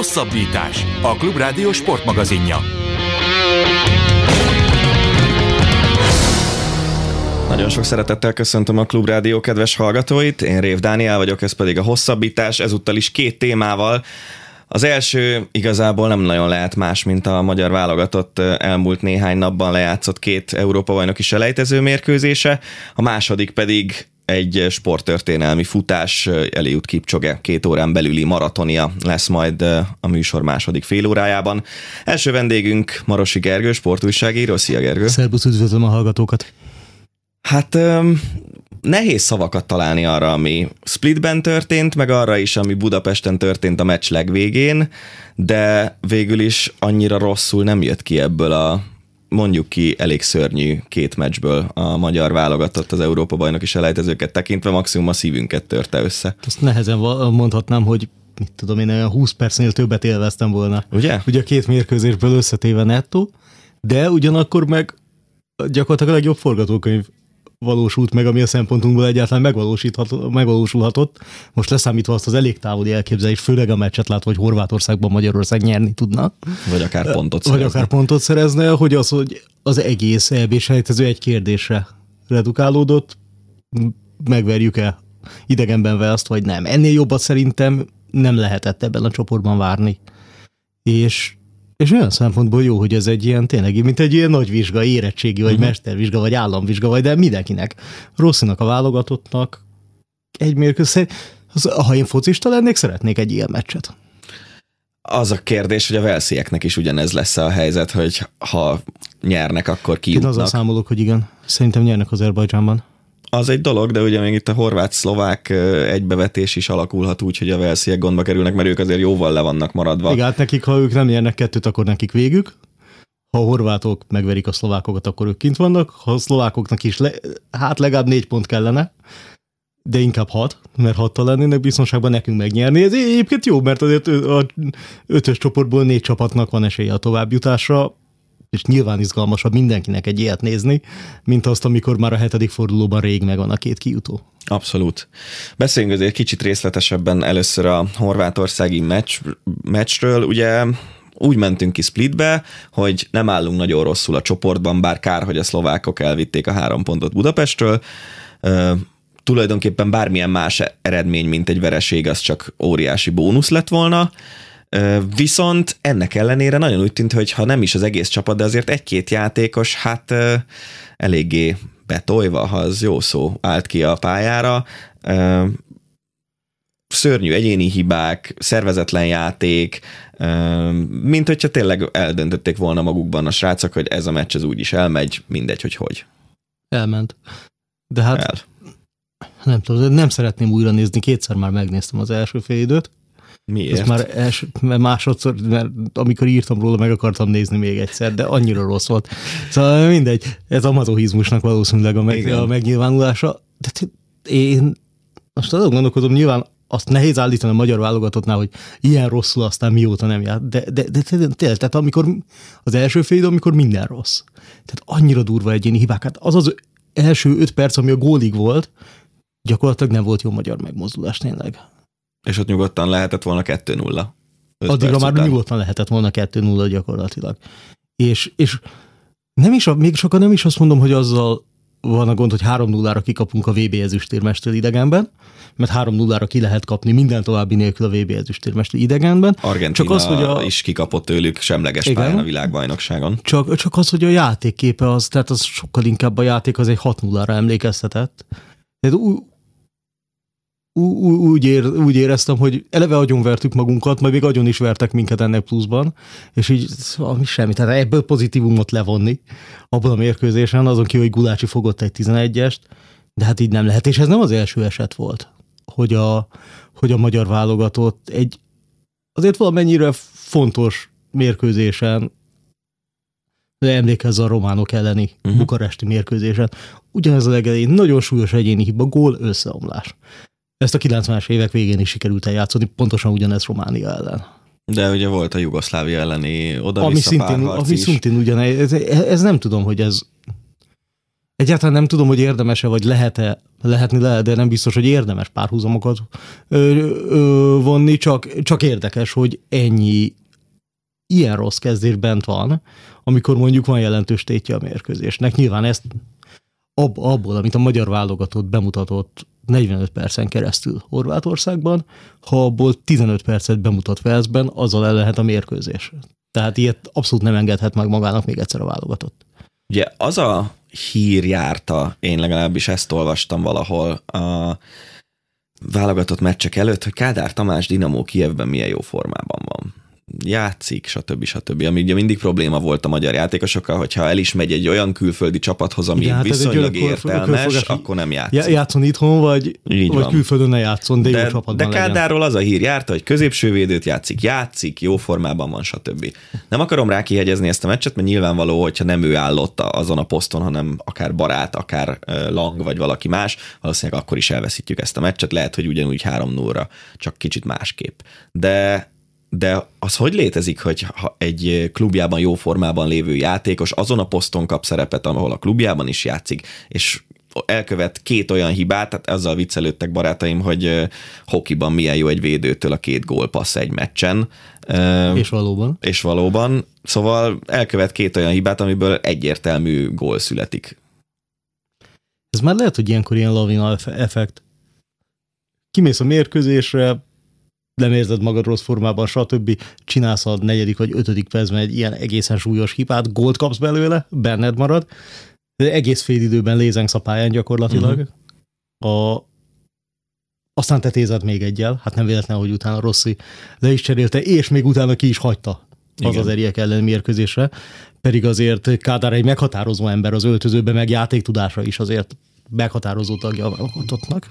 Hosszabbítás, a Klubrádió sportmagazinja. Nagyon sok szeretettel köszöntöm a Klubrádió kedves hallgatóit, én Rév Dániel vagyok, ez pedig a Hosszabbítás, ezúttal is 2 témával. Az első igazából nem nagyon lehet más, mint a magyar válogatott elmúlt néhány napban lejátszott 2 Európa-bajnoki selejtező mérkőzése, a második pedig egy sporttörténelmi futás, Eliud Kipchoge 2 órán belüli maratonia lesz majd a műsor második félórájában. Első vendégünk Marosi Gergő, sportújságíró. Szia Gergő! Szerbusz, üdvözlöm a hallgatókat! Hát nehéz szavakat találni arra, ami Splitben történt, meg arra is, ami Budapesten történt a meccs legvégén, de végül is annyira rosszul nem jött ki ebből a mondjuk ki elég szörnyű 2 meccsből a magyar válogatott az Európa-bajnoki selejtezőket tekintve, maximum a szívünket törte össze. Azt nehezen mondhatnám, hogy mit tudom én, 20 percnél többet élveztem volna. Ugye? Ugye a 2 mérkőzésből összetéve nettó, de ugyanakkor meg gyakorlatilag a legjobb forgatókönyv valósult meg, ami a szempontunkból egyáltalán megvalósulhatott. Most leszámítva azt az elég távoli elképzelést, főleg a meccset látva, hogy Horvátországban Magyarország nyerni tudna. Vagy akár pontot szerezne. Hogy az egész EB-selejtező egy kérdésre redukálódott, megverjük-e idegenben Walest, vagy nem. Ennél jobbat szerintem nem lehetett ebben a csoportban várni. És olyan szempontból jó, hogy ez egy ilyen tényleg, mint egy ilyen nagy vizsga, érettségi, vagy mestervizsga, vagy államvizsga, vagy de mindenkinek. Rosszinak a válogatottnak egy mérkőzés. Ha én focista lennék, szeretnék egy ilyen meccset. Az a kérdés, hogy a walesieknek is ugyanez lesz a helyzet, hogy ha nyernek, akkor kijutnak. Én azzal számolok, hogy igen. Szerintem nyernek Azerbajdzsánban. Az egy dolog, de ugye még itt a horvát-szlovák egybevetés is alakulhat úgy, hogy a walesiek gondba kerülnek, mert ők azért jóval le vannak maradva. Igen, hát nekik, ha ők nem nyernek 2-t, akkor nekik végük. Ha a horvátok megverik a szlovákokat, akkor ők kint vannak. Ha a szlovákoknak is legalább 4 pont kellene, de inkább 6, mert 6-tal lennének biztonságban nekünk megnyerni. Ez egyébként jó, mert azért a 5-ös csoportból 4 csapatnak van esélye a továbbjutásra, és nyilván izgalmasabb mindenkinek egy ilyet nézni, mint azt, amikor már a 7. fordulóban rég megvan a 2 kijutó. Abszolút. Beszéljünk azért kicsit részletesebben először a horvátországi meccsről. Ugye úgy mentünk ki Splitbe, hogy nem állunk nagyon rosszul a csoportban, bár kár, hogy a szlovákok elvitték a 3 pontot Budapestről. Tulajdonképpen bármilyen más eredmény, mint egy vereség, az csak óriási bónusz lett volna. Viszont ennek ellenére nagyon úgy tűnt, hogy ha nem is az egész csapat, de azért 1-2 játékos, hát eléggé betolva, ha az jó szó, állt ki a pályára. Szörnyű egyéni hibák, szervezetlen játék, mint hogyha tényleg eldöntötték volna magukban a srácok, hogy ez a meccs az úgyis elmegy, mindegy, hogy. Elment. De hát nem tudom, nem szeretném újra nézni, 2-szer már megnéztem az első félidőt. Miért? Mert másodszor, mert amikor írtam róla, meg akartam nézni még egyszer, de annyira rossz volt. Szóval mindegy, ez a mazochizmusnak valószínűleg a megnyilvánulása. De én most azon gondolkodom, nyilván azt nehéz állítani a magyar válogatottnál, hogy ilyen rosszul, aztán mióta nem jár. De tényleg, tehát amikor az első félidő, amikor minden rossz. Tehát annyira durva egyéni hibák. Hát az első 5 perc, ami a gólig volt, gyakorlatilag nem volt jó magyar megmozdulás tényleg. És ott nyugodtan lehetett volna 2-0. Addigra már nyugodtan lehetett volna 2-0 gyakorlatilag. És nem is, még sokan nem is azt mondom, hogy azzal van a gond, hogy 3-0-ra kikapunk a VB ezüstérmestől idegenben, mert 3-0-ra ki lehet kapni minden további nélkül a VB ezüstérmestől idegenben. Argentina csak az, hogy is kikapott tőlük semleges pályán a világbajnokságon. Csak az, hogy a játékképe az, tehát az sokkal inkább a játék az egy 6-0-ra emlékeztetett. Tehát úgy éreztem, hogy eleve agyonvertük magunkat, majd még agyon is vertek minket ennek pluszban, és így semmi. Tehát ebből pozitívumot levonni abban a mérkőzésen, azon ki, hogy Gulácsi fogott egy 11-est, de hát így nem lehet. És ez nem az első eset volt, hogy a magyar válogatott egy azért valamennyire fontos mérkőzésen, de emlékezz a románok elleni bukaresti mérkőzésen. Ugyanez a legelején nagyon súlyos egyéni hiba, gól, összeomlás. Ezt a 90-es évek végén is sikerült eljátszani, pontosan ugyanez Románia ellen. De ugye volt a Jugoszlávia elleni oda-vissza párharc is. Ami szintén ugyanez, ez nem tudom, hogy ez Egyáltalán nem tudom, hogy érdemes-e, vagy lehet, de nem biztos, hogy érdemes párhuzamokat vonni, csak érdekes, hogy ennyi ilyen rossz kezdés bent van, amikor mondjuk van jelentős tétje a mérkőzésnek. Nyilván ezt abból, amit a magyar válogatott bemutatott 45 percen keresztül Horvátországban, ha abból 15 percet bemutat Walesben, azzal el lehet a mérkőzés. Tehát ilyet abszolút nem engedhet meg magának még egyszer a válogatott. Ugye az a hír járta, én legalábbis ezt olvastam valahol a válogatott meccsek előtt, hogy Kádár Tamás Dinamo Kijevben milyen jó formában van. Játszik, stb. Ami ugye mindig probléma volt a magyar játékosokkal, hogyha el is megy egy olyan külföldi csapathoz, ami igen, viszonylag értelmes, akkor nem játszik. Játszon itthon, vagy külföldön ne játszon, de jó csapatban de Kádárról az a hír járta, hogy középsővédőt játszik, jó formában van, stb. Nem akarom rá kihegyezni ezt a meccset, mert nyilvánvaló, hogyha nem ő állott azon a poszton, hanem akár Barát, akár Lang, vagy valaki más, valószínűleg akkor is elveszítjük ezt a meccset, lehet, hogy ugyanúgy 3-0-ra, csak kicsit másképp. De az hogy létezik, hogy ha egy klubjában jó formában lévő játékos azon a poszton kap szerepet, ahol a klubjában is játszik, és elkövet 2 olyan hibát, tehát azzal viccelődtek barátaim, hogy hokiban milyen jó egy védőtől a 2 gólpassz egy meccsen. És valóban. Szóval elkövet 2 olyan hibát, amiből egyértelmű gól születik. Ez már lehet, hogy ilyenkor ilyen lavina effekt. Kimész a mérkőzésre, nem érzed magad rossz formában, stb. Csinálsz a 4. vagy 5. percben egy ilyen egészen súlyos hibát, gólt kapsz belőle, benned marad, de egész fél időben lézengsz a pályán gyakorlatilag. Aztán tetézed még egyel, hát nem véletlen, hogy utána Rossi le is cserélte, és még utána ki is hagyta az Eriek ellen mérkőzésre, pedig azért Kádár egy meghatározó ember az öltözőben, meg játéktudása is azért meghatározó tagja a válogatottnak.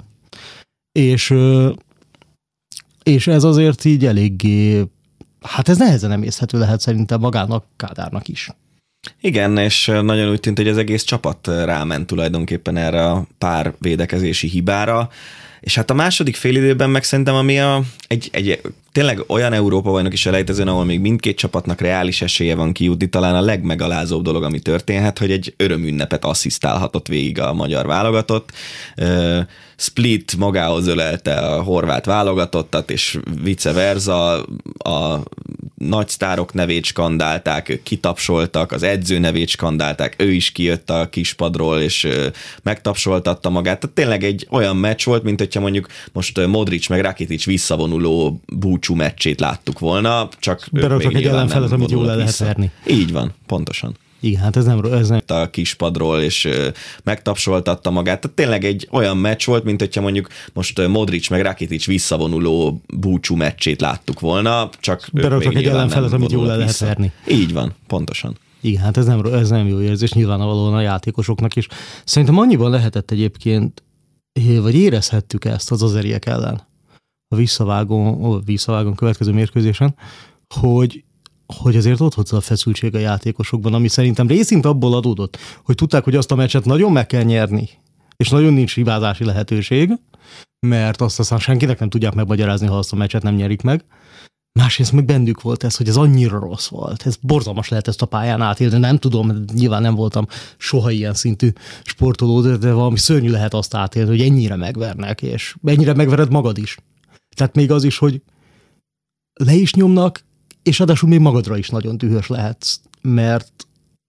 És ez azért így eléggé, hát ez nehezen emészhető lehet szerintem magának, Kádárnak is. Igen, és nagyon úgy tűnt, hogy az egész csapat ráment tulajdonképpen erre a pár védekezési hibára, és hát a második félidőben meg szerintem, ami egy tényleg olyan Európa-bajnoki selejtezőn, ahol még mindkét csapatnak reális esélye van kijutni, talán a legmegalázóbb dolog, ami történhet, hogy egy örömünnepet asszisztálhatott végig a magyar válogatott. Split magához ölelte a horvát válogatottat, és vice versa, a nagy sztárok nevét skandálták, ők kitapsoltak, az edző nevét skandálták, ő is kijött a kispadról, és megtapsoltatta magát. Tehát tényleg egy olyan meccs volt, mint hogyha mondjuk most Modric meg Rakitic visszavonuló búcsú meccsét láttuk volna, csak beraktak egy ellenfelet, amit jól le lehet verni. Így van, pontosan. Igen, hát ez nem. A kispadról, és megtapsoltatta magát. Tehát tényleg egy olyan meccs volt, mint hogyha mondjuk most Modric meg Rakitic visszavonuló búcsú meccsét láttuk volna, csak beraktak egy ellenfelet, amit jól le lehet verni. Így van, pontosan. Igen, hát ez nem jó érzés, nyilvánvalóan a játékosoknak is. Szerintem annyiban lehetett egyébként, vagy érezhettük ezt az Eriek ellen a visszavágón következő mérkőzésen, hogy azért ott volt a feszültség a játékosokban, ami szerintem részint abból adódott, hogy tudták, hogy azt a meccset nagyon meg kell nyerni, és nagyon nincs hibázási lehetőség, mert azt aztán senkinek nem tudják megmagyarázni, ha azt a meccset nem nyerik meg. Másrészt meg bennük volt ez, hogy ez annyira rossz volt. Ez borzalmas lehet ezt a pályán átélni, nem tudom, nyilván nem voltam soha ilyen szintű sportoló, de valami szörnyű lehet azt átélni, hogy ennyire megvernek, és ennyire megvered magad is. Tehát még az is, hogy le is nyomnak, és ráadásul még magadra is nagyon dühös lehetsz, mert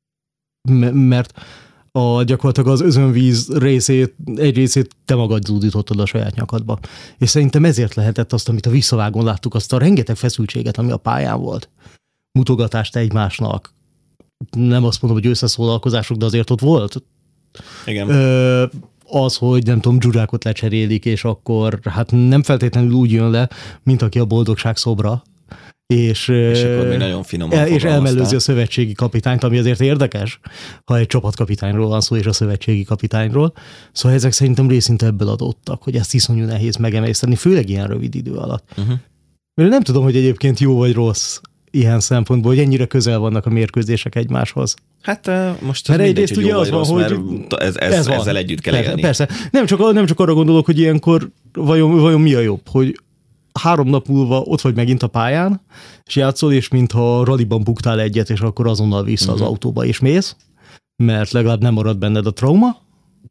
gyakorlatilag az özönvíz egy részét te magad zúdítottad a saját nyakadba. És szerintem ezért lehetett azt, amit a visszavágón láttuk, azt a rengeteg feszültséget, ami a pályán volt. Mutogatást egymásnak. Nem azt mondom, hogy összeszólalkozások, de azért ott volt. Igen. Az, hogy nem tudom, Zsuzsákot lecserélik, és akkor hát nem feltétlenül úgy jön le, mint aki a boldogság szobra. És akkor még nagyon finoman és elmellőzi a szövetségi kapitányt, ami azért érdekes, ha egy csapatkapitányról van szó, és a szövetségi kapitányról. Szóval ezek szerintem részint ebből adottak, hogy ezt iszonyú nehéz megemészteni, főleg ilyen rövid idő alatt. Mert nem tudom, hogy egyébként jó vagy rossz ilyen szempontból, hogy ennyire közel vannak a mérkőzések egymáshoz. Hát most ez mindegy, hogy jó vagy rossz, mert ezzel együtt kell élni. Persze. Nem csak arra gondolok, hogy ilyenkor vajon mi a jobb, hogy 3 nap múlva ott vagy megint a pályán, és játszol, és mintha raliban buktál egyet, és akkor azonnal vissza az autóba és mész, mert legalább nem marad benned a trauma,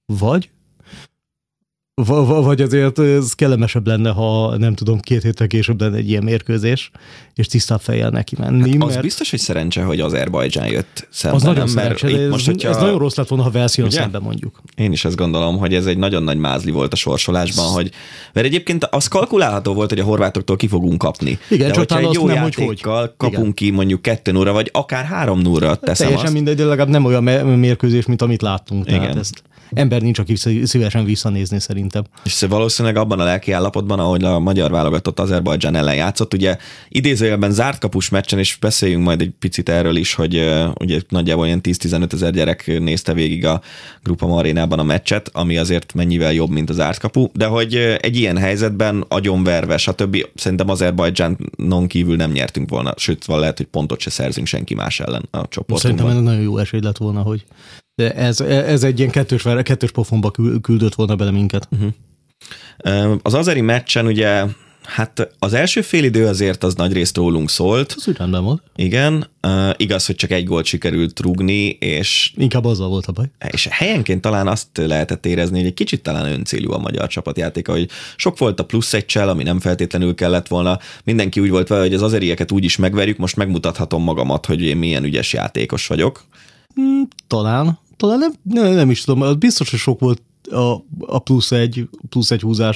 vagy azért ez kellemesebb lenne, ha nem tudom, 2 héttel később lenne egy ilyen mérkőzés, és tisztább fejjel neki menni. Hát az biztos, hogy szerencse, hogy Azerbajdzsán jött szemben. Az nagyon szerencse, de most, ez nagyon rossz lett volna, ha Wales jön szemben mondjuk. Én is ezt gondolom, hogy ez egy nagyon nagy mázli volt a sorsolásban, mert egyébként az kalkulálható volt, hogy a horvátoktól ki fogunk kapni. Igen, de csak egy jó nem, játékkal kapunk ki mondjuk 2-0-ra, vagy akár 3-0-ra teszem teljesen azt. mindegy, de legalább nem olyan mérkőzés, mint amit láttunk. Igen. Tehát ezt ember nincs, aki szívesen visszanézni szerintem. És valószínűleg abban a lelki állapotban, ahogy a magyar válogatott Azerbajdzsán ellen játszott, ugye idézőjelben zárt kapus meccsen, és beszéljünk majd egy picit erről is, hogy ugye nagyjából ilyen 10-15 ezer gyerek nézte végig a Groupama arénában a meccset, ami azért mennyivel jobb, mint a zárt kapu, de hogy egy ilyen helyzetben agyonverve, stb. Szerintem Azerbajdzsánon kívül nem nyertünk volna, sőt, lehet, hogy pontot se szerzünk senki más ellen a csoportunkban. Szerintem ez nagyon jó esély lett volna, hogy de ez egy ilyen kettős pofonba küldött volna bele minket. Az azeri meccsen ugye, hát az első félidő azért az nagyrészt rólunk szólt. Az úgy rendben volt. Igen, igaz, hogy csak 1 gólt sikerült rúgni, és inkább azzal volt a baj. És helyenként talán azt lehetett érezni, hogy egy kicsit talán öncéljú a magyar csapatjátéka, hogy sok volt a plusz 1-csel, ami nem feltétlenül kellett volna. Mindenki úgy volt vele, hogy az azerieket úgy is megverjük, most megmutathatom magamat, hogy én milyen ügyes játékos vagyok. Talán nem is tudom, biztos, hogy sok volt a plusz egy húzás,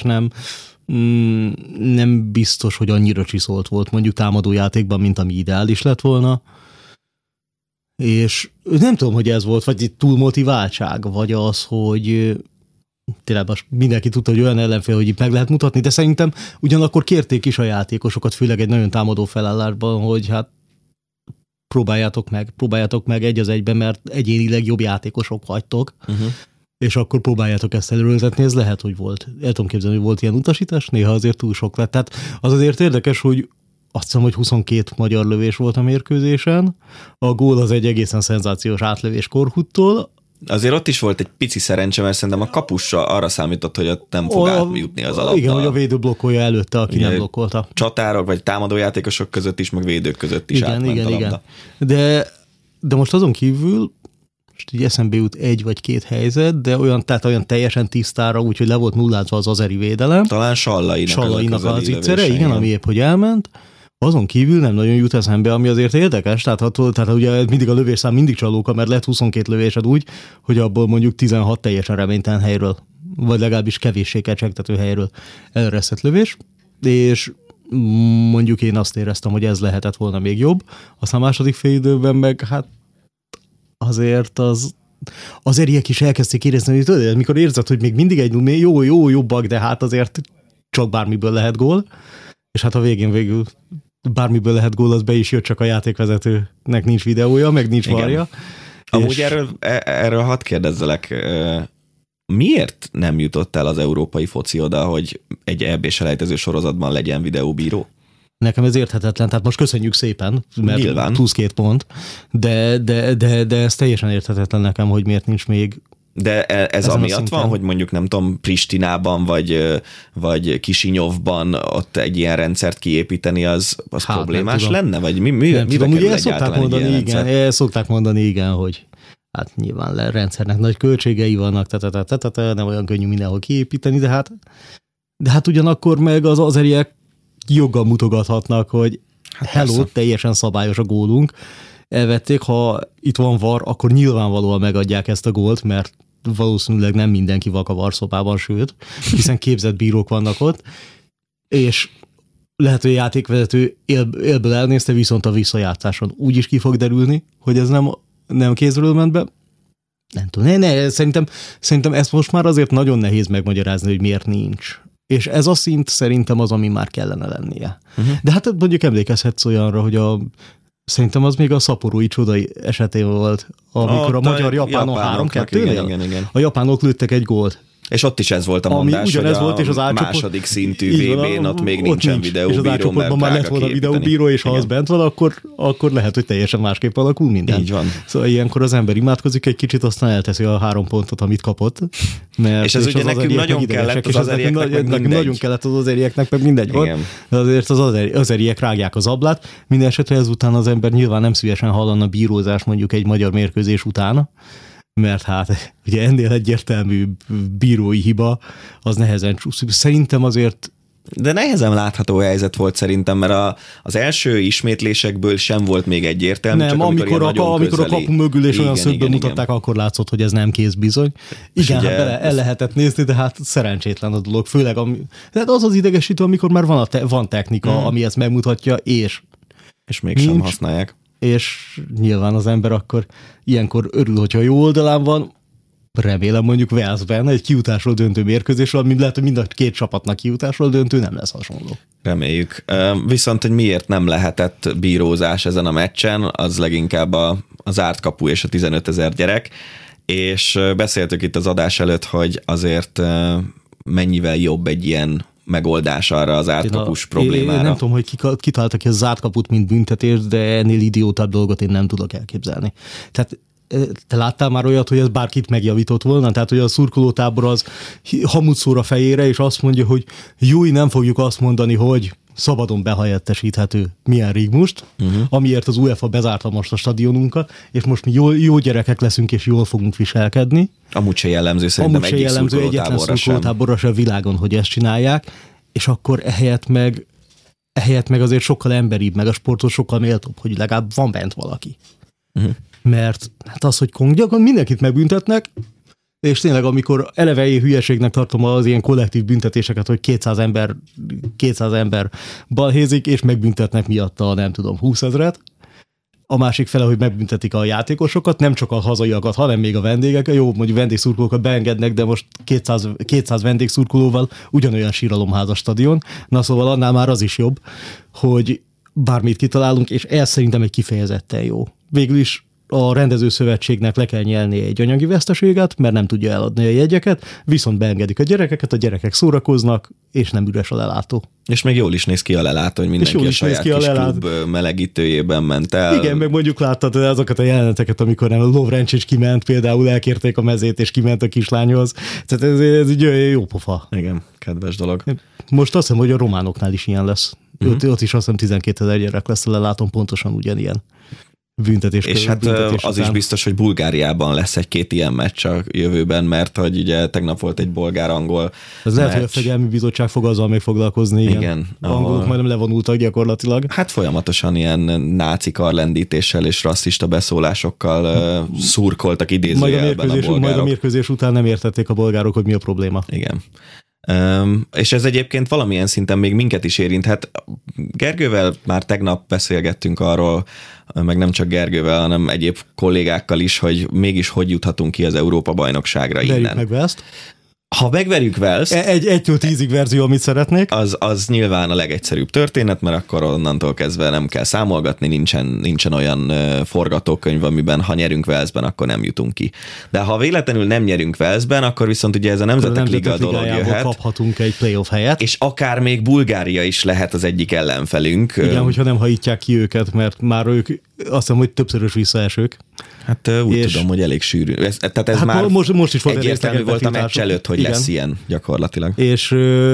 nem biztos, hogy annyira csiszolt volt mondjuk támadójátékban, mint ami ideális lett volna. És nem tudom, hogy ez volt, vagy egy túlmotiváltság, vagy az, hogy tényleg mindenki tudta, hogy olyan ellenfél, hogy itt meg lehet mutatni, de szerintem ugyanakkor kérték is a játékosokat, főleg egy nagyon támadó felállásban, hogy hát próbáljátok meg 1-1-ben, mert egyénileg jobb játékosok vagytok, és akkor próbáljátok ezt előrezetni, ez lehet, hogy volt. El tudom képzelni, hogy volt ilyen utasítás, néha azért túl sok lett. Tehát az azért érdekes, hogy azt hiszem, hogy 22 magyar lövés volt a mérkőzésen, a gól az egy egészen szenzációs átlövés Korhuttól. Azért ott is volt egy pici szerencse, mert szerintem a kapussa arra számított, hogy ott nem fog átjutni az alapba. Igen, hogy a védő blokkolja előtte, aki nem blokkolta. Csatárok vagy támadójátékosok között is, meg védők között is átment a labda. De most azon kívül, most így eszembe jut 1 vagy 2 helyzet, de olyan teljesen tisztára, úgyhogy le volt nullázva az azeri védelem. Talán Sallainak az ittszere, igen, ami épp hogy elment. Azon kívül nem nagyon jut eszembe, ami azért érdekes, tehát ugye mindig a lövésszám mindig csalóka, mert lett 22 lövésed úgy, hogy abból mondjuk 16 teljesen reménytelen helyről, vagy legalábbis kevéssé kecsegtető helyről elresztett lövés, és mondjuk én azt éreztem, hogy ez lehetett volna még jobb. Aztán a második félidőben meg hát azért az eriek is elkezdték érezni, hogy tudod, mikor érzed, hogy még mindig egy jó jobbak, de hát azért csak bármiből lehet gól, és hát a végül bármiből lehet gól, az be is jött, csak a játékvezetőnek nincs videója, meg nincs varja. Amúgy erről hadd kérdezzelek, miért nem jutott el az európai foci oda, hogy egy EB-selejtező sorozatban legyen videóbíró? Nekem ez érthetetlen, tehát most köszönjük szépen, mert nyilván. plusz 2 pont, de ez teljesen érthetetlen nekem, hogy miért nincs még. De ez amiatt van, hogy mondjuk nem tudom, Pristinában vagy Kisinyovban ott egy ilyen rendszert kiépíteni, az hát, problémás lenne? Vagy mibe kerül egyáltalán egy ilyen rendszer? Igen, szokták mondani, igen, hogy hát nyilván rendszernek nagy költségei vannak, nem olyan könnyű mindenhol kiépíteni, de hát ugyanakkor meg az azeriek joggal mutogathatnak, hogy hát hello, teljesen szabályos a gólunk. Elvették, ha itt van VAR, akkor nyilvánvalóan megadják ezt a gólt, mert valószínűleg nem mindenki vak a VAR szobában, sőt, hiszen képzett bírók vannak ott, és lehet, hogy a játékvezető élből elnézte, viszont a visszajátszáson úgy is ki fog derülni, hogy ez nem kézről ment be. Nem tudom, szerintem ezt most már azért nagyon nehéz megmagyarázni, hogy miért nincs. És ez a szint szerintem az, ami már kellene lennie. De hát mondjuk emlékezhetsz olyanra, hogy szerintem az még a szaporói csodai esetén volt, amikor a magyar-japánok 3-2-nél a japánok lőttek egy gólt. És ott is ez volt a mondás, hogy volt, és az második szintű VB-n ott még nincsen videóbíró, és az átcsoportban már lett volna videóbíró, és ha az bent van, akkor lehet, hogy teljesen másképp alakul minden. Így van. Szóval ilyenkor az ember imádkozik egy kicsit, aztán elteszi a 3 pontot, amit kapott. És ez ugye nekünk nagyon kellett az azerieknek, meg mindegy. Nagyon kellett az azerieknek, meg mindegy volt. De azért az azeriek rágják az ablát. Minden esetre ezután az ember nyilván nem szívesen hallana bírózás mondjuk egy magyar mérkőzés után. mert hát ugye ennél egyértelmű bírói hiba, az nehezen csúszik. Szerintem azért de nehezen látható helyzet volt szerintem, mert az első ismétlésekből sem volt még egyértelmű. Nem, csak amikor a kapu mögül és olyan szögben mutatták, akkor látszott, hogy ez nem kész bizony. Igen, ugye, hát el lehetett nézni, de hát szerencsétlen a dolog. Főleg tehát az idegesítő, amikor már van technika, ami ezt megmutatja, és mégsem használják. És nyilván az ember akkor ilyenkor örül, hogyha jó oldalán van. Remélem mondjuk Walesben egy kijutásról döntő mérkőzésről, ami lehet, hogy mind a két csapatnak kijutásról döntő, nem lesz hasonló. Reméljük. Viszont, hogy miért nem lehetett bírózás ezen a meccsen, az leginkább az árt kapu és a 15 000 gyerek, és beszéltük itt az adás előtt, hogy azért mennyivel jobb egy ilyen megoldás arra az ártkapus problémára. Én nem tudom, hogy kitaláltak ki a zárt kaput, mint büntetést, de ennél idiótább dolgot én nem tudok elképzelni. Tehát te láttál már olyat, hogy ez bárkit megjavított volna? Tehát, hogy a szurkolótábor az hamut szór a fejére, és azt mondja, hogy jó, nem fogjuk azt mondani, hogy szabadon behelyettesíthető milyen rigmust, amiért az UEFA bezárta most a stadionunkat, és most mi jó gyerekek leszünk, és jól fogunk viselkedni. Amúgy se jellemző szerintem egyik szurkolótáborra sem világon, hogy ezt csinálják, és akkor ehelyett meg azért sokkal emberibb, meg a sporthoz sokkal méltóbb, hogy legalább van bent valaki. Mert hát az, hogy gyakran mindenkit megbüntetnek, és tényleg amikor eleve hülyeségnek tartom az ilyen kollektív büntetéseket, hogy 200 ember balhézik, és megbüntetnek miatta, nem tudom, 20 000. A másik fele, hogy megbüntetik a játékosokat, nem csak a hazaiakat, hanem még a vendégek. Jó, mondjuk vendégszurkolókat beengednek, de most 200 vendégszurkolóval ugyanolyan síralomházas stadion. Na szóval annál már az is jobb, hogy bármit kitalálunk, és ez szerintem egy kifejezetten jó. Végül is a rendezőszövetségnek le kell nyelni egy anyagi veszteséget, mert nem tudja eladni a jegyeket, viszont beengedik a gyerekeket, a gyerekek szórakoznak, és nem üres a lelátó. És még jól is néz ki a lelátó, hogy mindenki a saját kis klub melegítőjében ment el. Igen, meg mondjuk láttad azokat a jeleneteket, amikor nem Lovrencsics kiment, például elkérték a mezét, és kiment a kislányhoz. Tehát ez egy jó pofa. Igen, kedves dolog. Most azt hiszem, hogy a románoknál is ilyen lesz. Ott is azt hiszem 12 000 gyerek lesz a lelátón, pontosan ugyanilyen. Büntetés. És hát az is biztos, hogy Bulgáriában lesz egy-két ilyen meccs a jövőben, mert hogy ugye tegnap volt egy bolgár-angol Ez lehet, hogy a Fegyelmi Bizottság fog azzal még foglalkozni. Igen. Angolok majdnem levonultak gyakorlatilag. Hát folyamatosan ilyen náci karlendítéssel és rasszista beszólásokkal szurkoltak idézőjelben a bolgárok. Majd a mérkőzés után nem értették a bolgárok, hogy mi a probléma. Igen. És ez egyébként valamilyen szinten még minket is érinthet. Gergővel már tegnap beszélgettünk arról, meg nem csak Gergővel, hanem egyéb kollégákkal is, hogy mégis hogy juthatunk ki az Európa-bajnokságra innen. Verjük meg Walest. Ha megverjük Walest... 1-től 10-ig verzió, amit szeretnék. Az nyilván a legegyszerűbb történet, mert akkor onnantól kezdve nem kell számolgatni, nincsen olyan forgatókönyv, amiben ha nyerünk Walesben, akkor nem jutunk ki. De ha véletlenül nem nyerünk Walesben, akkor viszont ugye ez a Nemzetek Liga dolog jöhet. Kaphatunk egy playoff helyet. És akár még Bulgária is lehet az egyik ellenfelünk. Igen, hogyha nem hajítják ki őket, mert már ők azt hiszem, hogy többszörös visszaesők. Hát úgy tudom, hogy elég sűrű. Tehát ez már most is volt egyértelmű volt a meccs előtt, hogy igen. Lesz ilyen gyakorlatilag. És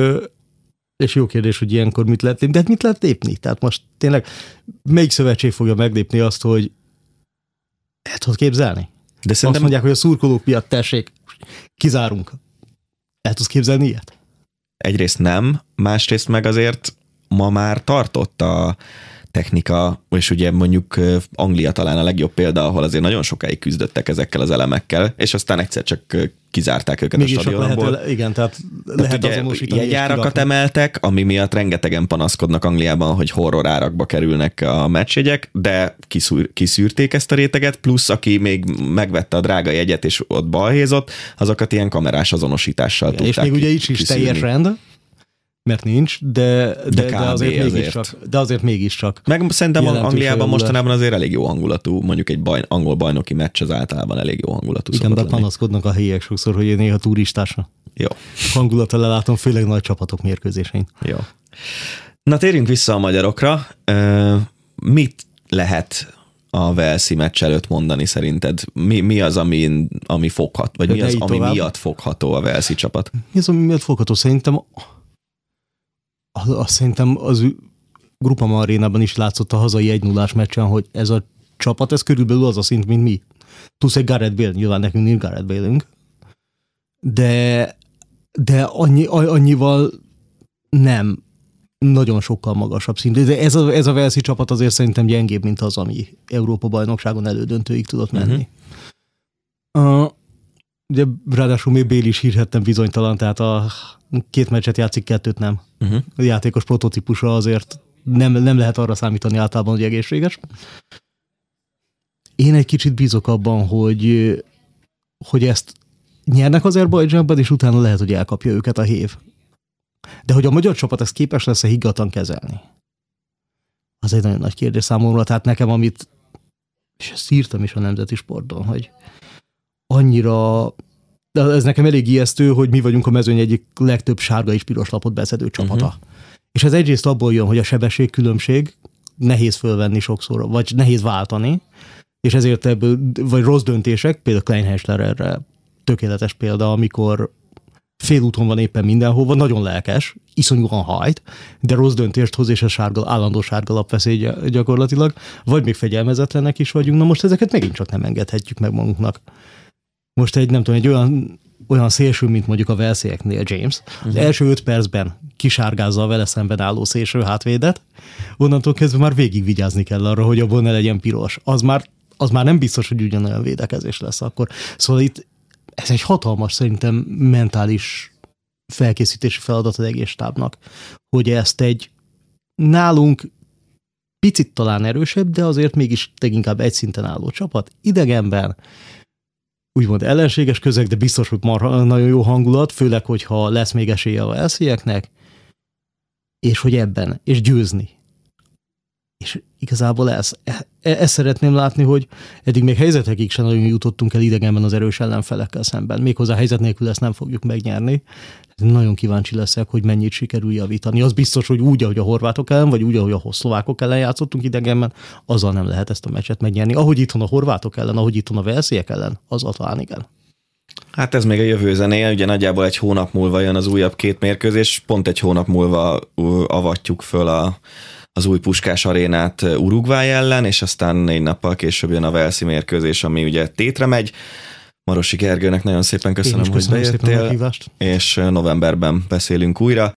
jó kérdés, hogy ilyenkor mit lehet lépni. De hát mit lehet lépni? Tehát most tényleg melyik szövetség fogja meglépni azt, hogy el tudod képzelni? De szerintem... Azt mondják, hogy a szurkolók miatt tessék, kizárunk. El tudsz képzelni ilyet? Egyrészt nem, másrészt meg azért ma már tartott a technika, és ugye mondjuk Anglia talán a legjobb példa, ahol azért nagyon sokáig küzdöttek ezekkel az elemekkel, és aztán egyszer csak kizárták őket mégis a stadionból. Igen, tehát lehet azonosítani. Jegyárakat emeltek, ami miatt rengetegen panaszkodnak Angliában, hogy horror árakba kerülnek a meccsjegyek, de kiszűrték ezt a réteget, plusz aki még megvette a drága jegyet, és ott balhézott, azokat ilyen kamerás azonosítással tudták. És még ugye is teljes rend, mert nincs, de azért mégiscsak. Meg szerintem Angliában mostanában azért elég jó hangulatú, mondjuk egy angol bajnoki meccs az általában elég jó hangulatú. Igen, de panaszkodnak a helyiek sokszor, hogy néha turistásra. Jó. Hangulata lelátom, főleg nagy csapatok mérkőzésein. Jó. Na térjünk vissza a magyarokra. Mit lehet a Walesi meccs előtt mondani szerinted? Mi az, ami foghat, vagy mi az, ami miatt fogható a Walesi csapat? Mi az, ami miatt fogható? Szerintem az Groupama Arénában is látszott a hazai 1-0-ás meccsen, hogy ez a csapat, ez körülbelül az a szint, mint mi. Plusz egy Gareth Bale, nyilván nekünk nincs Gareth Bale-ünk, de annyival nem nagyon sokkal magasabb szintű. De ez a Walesi csapat azért szerintem gyengébb, mint az, ami Európa-bajnokságon elődöntőig tudott menni. Ugye ráadásul még Bale is hírhettem bizonytalan, tehát a 2 meccset játszik, 2 nem. A játékos prototípusa azért nem lehet arra számítani általában, hogy egészséges. Én egy kicsit bízok abban, hogy ezt nyernek Azerbajdzsánban, és utána lehet, hogy elkapja őket a hév. De hogy a magyar csapat ezt képes lesz-e higgadtan kezelni? Az egy nagyon nagy kérdés számomra. Tehát nekem, amit, és ezt írtam is a Nemzeti Sportban, hogy annyira, de ez nekem elég ijesztő, hogy mi vagyunk a mezőny egyik legtöbb sárga és piros lapot beszedő csapata. És ez egyrészt abból jön, hogy a sebességkülönbség nehéz fölvenni sokszor, vagy nehéz váltani, és ezért ebből, vagy rossz döntések, például Kleinhässler erre tökéletes példa, amikor félúton van éppen mindenhova, nagyon lelkes, iszonyúan hajt, de rossz döntést hoz, és ez állandó sárga lapveszély gyakorlatilag, vagy még fegyelmezetlenek is vagyunk, na most ezeket megint csak nem engedhetjük meg magunknak. Most egy olyan szélső, mint mondjuk a Walesieknél James, az első 5 percben kisárgázza a vele szemben álló szélső hátvédet, onnantól kezdve már végig vigyázni kell arra, hogy abból ne legyen piros. Az már nem biztos, hogy ugyanolyan védekezés lesz akkor. Szóval itt ez egy hatalmas, szerintem mentális felkészítési feladat az egész stábnak, hogy ezt egy nálunk picit talán erősebb, de azért mégis leginkább egy szinten álló csapat, idegenben, úgymond ellenséges közeg, de biztos, hogy nagyon jó hangulat, főleg, hogyha lesz még esélye a Walesieknek, és hogy ebben, és győzni. És igazából ezt szeretném látni, hogy eddig még helyzetekig sem nagyon jutottunk el idegenben az erős ellenfelekkel szemben. Méghozzá helyzet nélkül ezt nem fogjuk megnyerni. Nagyon kíváncsi leszek, hogy mennyit sikerül javítani. Az biztos, hogy úgy, ahogy a horvátok ellen, vagy úgy, ahogy a szlovákok ellen játszottunk idegenben, azzal nem lehet ezt a meccset megnyerni. Ahogy itthon a horvátok ellen, ahogy itthon a walesiek ellen, azzal talán igen. Hát ez még a jövő zenéje, ugye nagyjából egy hónap múlva jön az újabb 2 mérkőzés, pont egy hónap múlva avatjuk föl az új Puskás arénát Uruguay ellen, és aztán 4 nappal később jön a walesi mérkőzés, ami ugye tétre megy. Marosi Gergőnek nagyon szépen köszönöm, hogy bejöttél, és novemberben beszélünk újra.